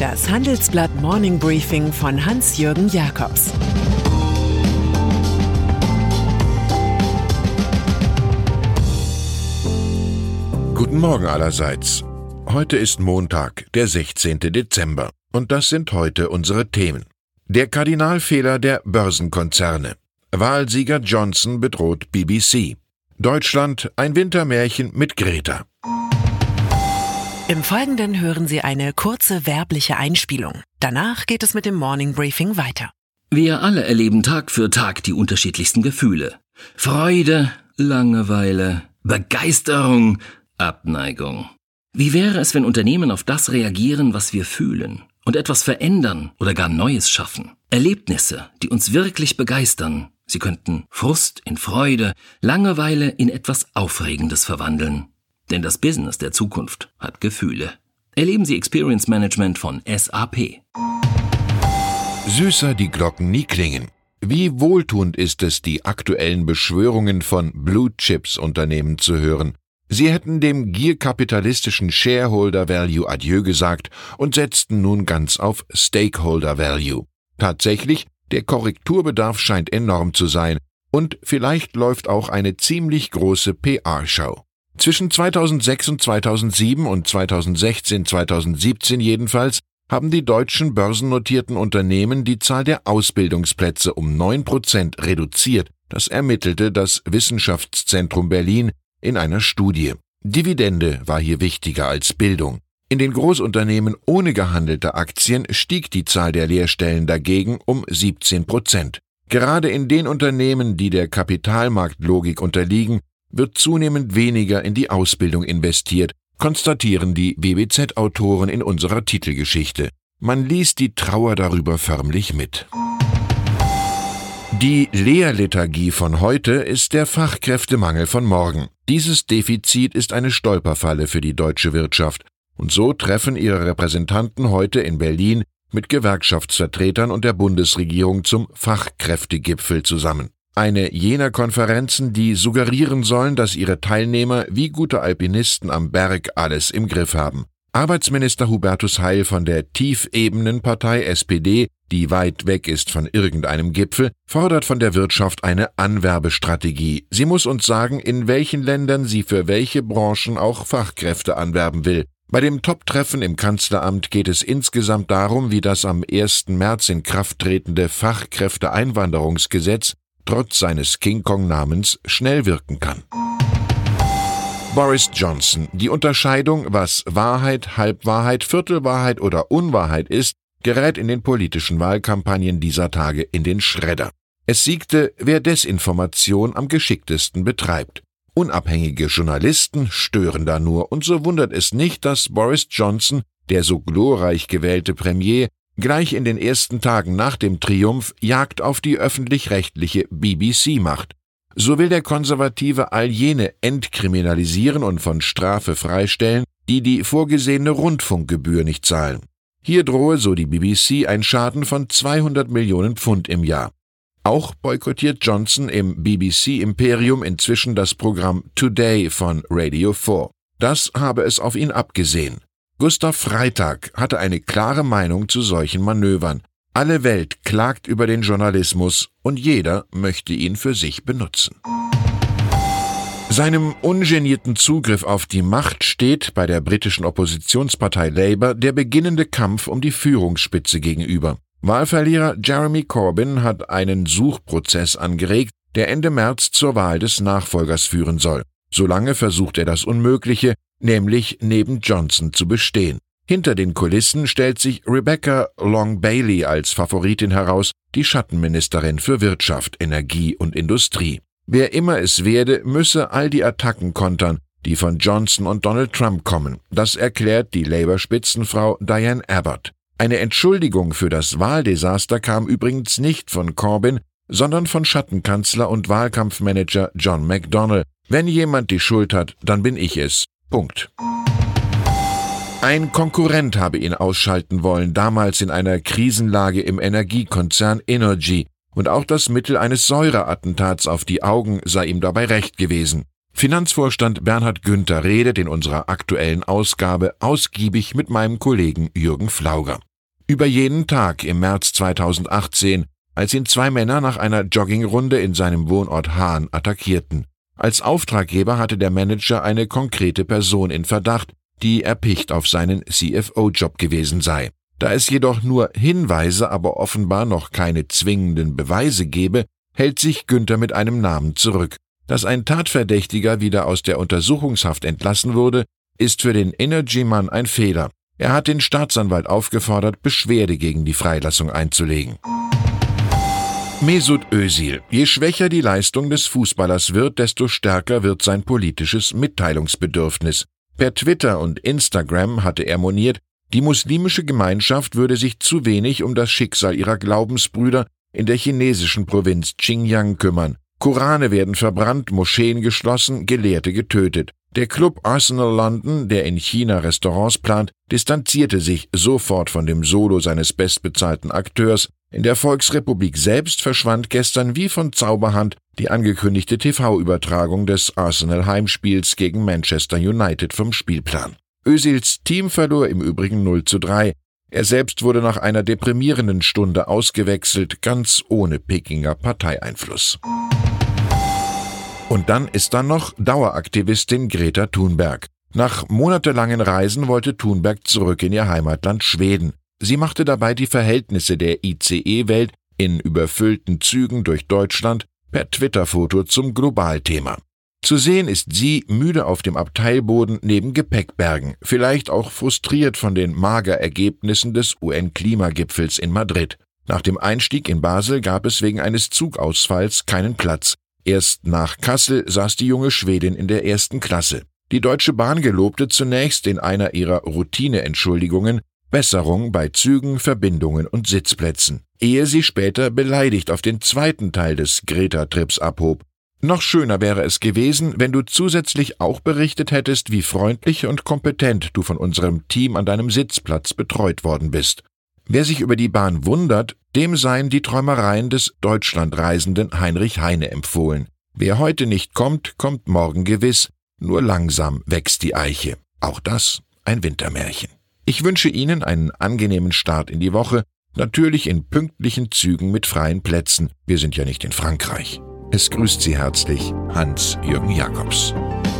Das Handelsblatt Morning Briefing von Hans-Jürgen Jakobs. Guten Morgen allerseits. Heute ist Montag, der 16. Dezember. Und das sind heute unsere Themen. Der Kardinalfehler der Börsenkonzerne. Wahlsieger Johnson bedroht BBC. Deutschland, ein Wintermärchen mit Greta. Im Folgenden hören Sie eine kurze werbliche Einspielung. Danach geht es mit dem Morning Briefing weiter. Wir alle erleben Tag für Tag die unterschiedlichsten Gefühle. Freude, Langeweile, Begeisterung, Abneigung. Wie wäre es, wenn Unternehmen auf das reagieren, was wir fühlen und etwas verändern oder gar Neues schaffen? Erlebnisse, die uns wirklich begeistern. Sie könnten Frust in Freude, Langeweile in etwas Aufregendes verwandeln. Denn das Business der Zukunft hat Gefühle. Erleben Sie Experience Management von SAP. Süßer die Glocken nie klingen. Wie wohltuend ist es, die aktuellen Beschwörungen von Blue-Chips-Unternehmen zu hören. Sie hätten dem gierkapitalistischen Shareholder Value Adieu gesagt und setzten nun ganz auf Stakeholder Value. Tatsächlich, der Korrekturbedarf scheint enorm zu sein und vielleicht läuft auch eine ziemlich große PR-Show. Zwischen 2006 und 2007 und 2016, 2017 jedenfalls haben die deutschen börsennotierten Unternehmen die Zahl der Ausbildungsplätze um 9% reduziert. Das ermittelte das Wissenschaftszentrum Berlin in einer Studie. Dividende war hier wichtiger als Bildung. In den Großunternehmen ohne gehandelte Aktien stieg die Zahl der Lehrstellen dagegen um 17%. Gerade in den Unternehmen, die der Kapitalmarktlogik unterliegen, wird zunehmend weniger in die Ausbildung investiert, konstatieren die WBZ-Autoren in unserer Titelgeschichte. Man liest die Trauer darüber förmlich mit. Die Lehrlethargie von heute ist der Fachkräftemangel von morgen. Dieses Defizit ist eine Stolperfalle für die deutsche Wirtschaft. Und so treffen ihre Repräsentanten heute in Berlin mit Gewerkschaftsvertretern und der Bundesregierung zum Fachkräftegipfel zusammen. Eine jener Konferenzen, die suggerieren sollen, dass ihre Teilnehmer wie gute Alpinisten am Berg alles im Griff haben. Arbeitsminister Hubertus Heil von der Tiefebenenpartei SPD, die weit weg ist von irgendeinem Gipfel, fordert von der Wirtschaft eine Anwerbestrategie. Sie muss uns sagen, in welchen Ländern sie für welche Branchen auch Fachkräfte anwerben will. Bei dem Top-Treffen im Kanzleramt geht es insgesamt darum, wie das am 1. März in Kraft tretende Fachkräfteeinwanderungsgesetz trotz seines King-Kong-Namens schnell wirken kann. Boris Johnson. Die Unterscheidung, was Wahrheit, Halbwahrheit, Viertelwahrheit oder Unwahrheit ist, gerät in den politischen Wahlkampagnen dieser Tage in den Schredder. Es siegte, wer Desinformation am geschicktesten betreibt. Unabhängige Journalisten stören da nur, und so wundert es nicht, dass Boris Johnson, der so glorreich gewählte Premier, gleich in den ersten Tagen nach dem Triumph Jagd auf die öffentlich-rechtliche BBC macht. So will der Konservative all jene entkriminalisieren und von Strafe freistellen, die die vorgesehene Rundfunkgebühr nicht zahlen. Hier drohe, so die BBC, ein Schaden von 200 Millionen Pfund im Jahr. Auch boykottiert Johnson im BBC-Imperium inzwischen das Programm Today von Radio 4. Das habe es auf ihn abgesehen. Gustav Freitag hatte eine klare Meinung zu solchen Manövern. Alle Welt klagt über den Journalismus und jeder möchte ihn für sich benutzen. Seinem ungenierten Zugriff auf die Macht steht bei der britischen Oppositionspartei Labour der beginnende Kampf um die Führungsspitze gegenüber. Wahlverlierer Jeremy Corbyn hat einen Suchprozess angeregt, der Ende März zur Wahl des Nachfolgers führen soll. Solange versucht er das Unmögliche, nämlich neben Johnson zu bestehen. Hinter den Kulissen stellt sich Rebecca Long-Bailey als Favoritin heraus, die Schattenministerin für Wirtschaft, Energie und Industrie. Wer immer es werde, müsse all die Attacken kontern, die von Johnson und Donald Trump kommen. Das erklärt die Labour-Spitzenfrau Diane Abbott. Eine Entschuldigung für das Wahldesaster kam übrigens nicht von Corbyn, sondern von Schattenkanzler und Wahlkampfmanager John McDonnell. Wenn jemand die Schuld hat, dann bin ich es. Punkt. Ein Konkurrent habe ihn ausschalten wollen, damals in einer Krisenlage im Energiekonzern Innogy, und auch das Mittel eines Säureattentats auf die Augen sei ihm dabei recht gewesen. Finanzvorstand Bernhard Günther redet in unserer aktuellen Ausgabe ausgiebig mit meinem Kollegen Jürgen Flauger. Über jenen Tag im März 2018, als ihn 2 Männer nach einer Joggingrunde in seinem Wohnort Haan attackierten. Als Auftraggeber hatte der Manager eine konkrete Person in Verdacht, die erpicht auf seinen CFO-Job gewesen sei. Da es jedoch nur Hinweise, aber offenbar noch keine zwingenden Beweise gebe, hält sich Günther mit einem Namen zurück. Dass ein Tatverdächtiger wieder aus der Untersuchungshaft entlassen wurde, ist für den Energy-Mann ein Fehler. Er hat den Staatsanwalt aufgefordert, Beschwerde gegen die Freilassung einzulegen. Mesut Özil. Je schwächer die Leistung des Fußballers wird, desto stärker wird sein politisches Mitteilungsbedürfnis. Per Twitter und Instagram hatte er moniert, die muslimische Gemeinschaft würde sich zu wenig um das Schicksal ihrer Glaubensbrüder in der chinesischen Provinz Xinjiang kümmern. Korane werden verbrannt, Moscheen geschlossen, Gelehrte getötet. Der Club Arsenal London, der in China Restaurants plant, distanzierte sich sofort von dem Solo seines bestbezahlten Akteurs. In der Volksrepublik selbst verschwand gestern wie von Zauberhand die angekündigte TV-Übertragung des Arsenal-Heimspiels gegen Manchester United vom Spielplan. Özils Team verlor im Übrigen 0:3. Er selbst wurde nach einer deprimierenden Stunde ausgewechselt, ganz ohne Pekinger Parteieinfluss. Und dann ist da noch Daueraktivistin Greta Thunberg. Nach monatelangen Reisen wollte Thunberg zurück in ihr Heimatland Schweden. Sie machte dabei die Verhältnisse der ICE-Welt in überfüllten Zügen durch Deutschland per Twitter-Foto zum Globalthema. Zu sehen ist sie müde auf dem Abteilboden neben Gepäckbergen, vielleicht auch frustriert von den Magerergebnissen des UN-Klimagipfels in Madrid. Nach dem Einstieg in Basel gab es wegen eines Zugausfalls keinen Platz. Erst nach Kassel saß die junge Schwedin in der 1. Klasse. Die Deutsche Bahn gelobte zunächst in einer ihrer Routine-Entschuldigungen Besserung bei Zügen, Verbindungen und Sitzplätzen, ehe sie später beleidigt auf den zweiten Teil des Greta-Trips abhob. Noch schöner wäre es gewesen, wenn du zusätzlich auch berichtet hättest, wie freundlich und kompetent du von unserem Team an deinem Sitzplatz betreut worden bist. Wer sich über die Bahn wundert, dem seien die Träumereien des Deutschlandreisenden Heinrich Heine empfohlen. Wer heute nicht kommt, kommt morgen gewiss, nur langsam wächst die Eiche. Auch das ein Wintermärchen. Ich wünsche Ihnen einen angenehmen Start in die Woche, natürlich in pünktlichen Zügen mit freien Plätzen. Wir sind ja nicht in Frankreich. Es grüßt Sie herzlich Hans-Jürgen Jakobs.